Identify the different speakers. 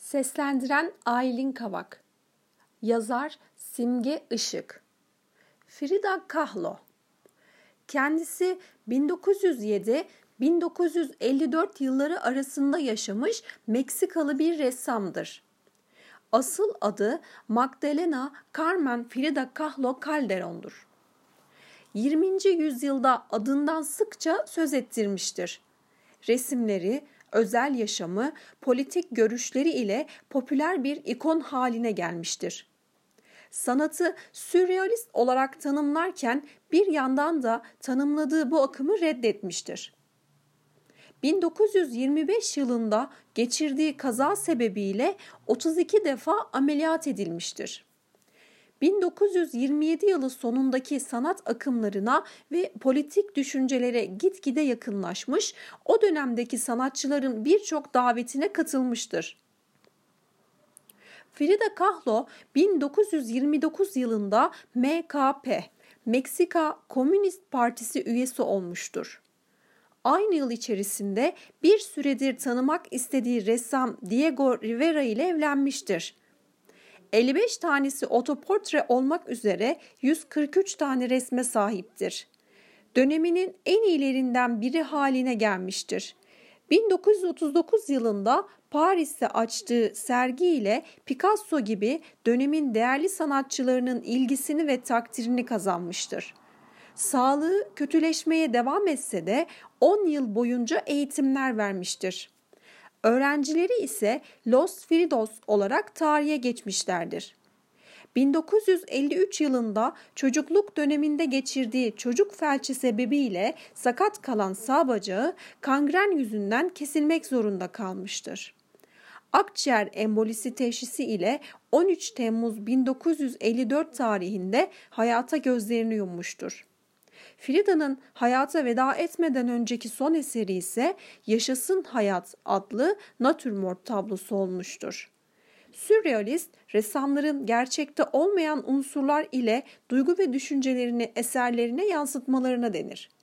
Speaker 1: Seslendiren Aylin Kavak. Yazar Simge Işık. Frida Kahlo. Kendisi 1907-1954 yılları arasında yaşamış Meksikalı bir ressamdır. Asıl adı Magdalena Carmen Frida Kahlo Calderón'dur. 20. yüzyılda adından sıkça söz ettirmiştir. Resimleri, özel yaşamı, politik görüşleri ile popüler bir ikon haline gelmiştir. Sanatı sürrealist olarak tanımlarken bir yandan da tanımladığı bu akımı reddetmiştir. 1925 yılında geçirdiği kaza sebebiyle 32 defa ameliyat edilmiştir. 1927 yılı sonundaki sanat akımlarına ve politik düşüncelere gitgide yakınlaşmış, o dönemdeki sanatçıların birçok davetine katılmıştır. Frida Kahlo 1929 yılında MKP, Meksika Komünist Partisi üyesi olmuştur. Aynı yıl içerisinde bir süredir tanımak istediği ressam Diego Rivera ile evlenmiştir. 55 tanesi otoportre olmak üzere 143 tane resme sahiptir. Döneminin en iyilerinden biri haline gelmiştir. 1939 yılında Paris'te açtığı sergiyle Picasso gibi dönemin değerli sanatçılarının ilgisini ve takdirini kazanmıştır. Sağlığı kötüleşmeye devam etse de 10 yıl boyunca eğitimler vermiştir. Öğrencileri ise Los Fridos olarak tarihe geçmişlerdir. 1953 yılında çocukluk döneminde geçirdiği çocuk felci sebebiyle sakat kalan sağ bacağı kangren yüzünden kesilmek zorunda kalmıştır. Akciğer embolisi teşhisi ile 13 Temmuz 1954 tarihinde hayata gözlerini yummuştur. Frida'nın hayata veda etmeden önceki son eseri ise Yaşasın Hayat adlı natürmort tablosu olmuştur. Sürrealist, ressamların gerçekte olmayan unsurlar ile duygu ve düşüncelerini eserlerine yansıtmalarına denir.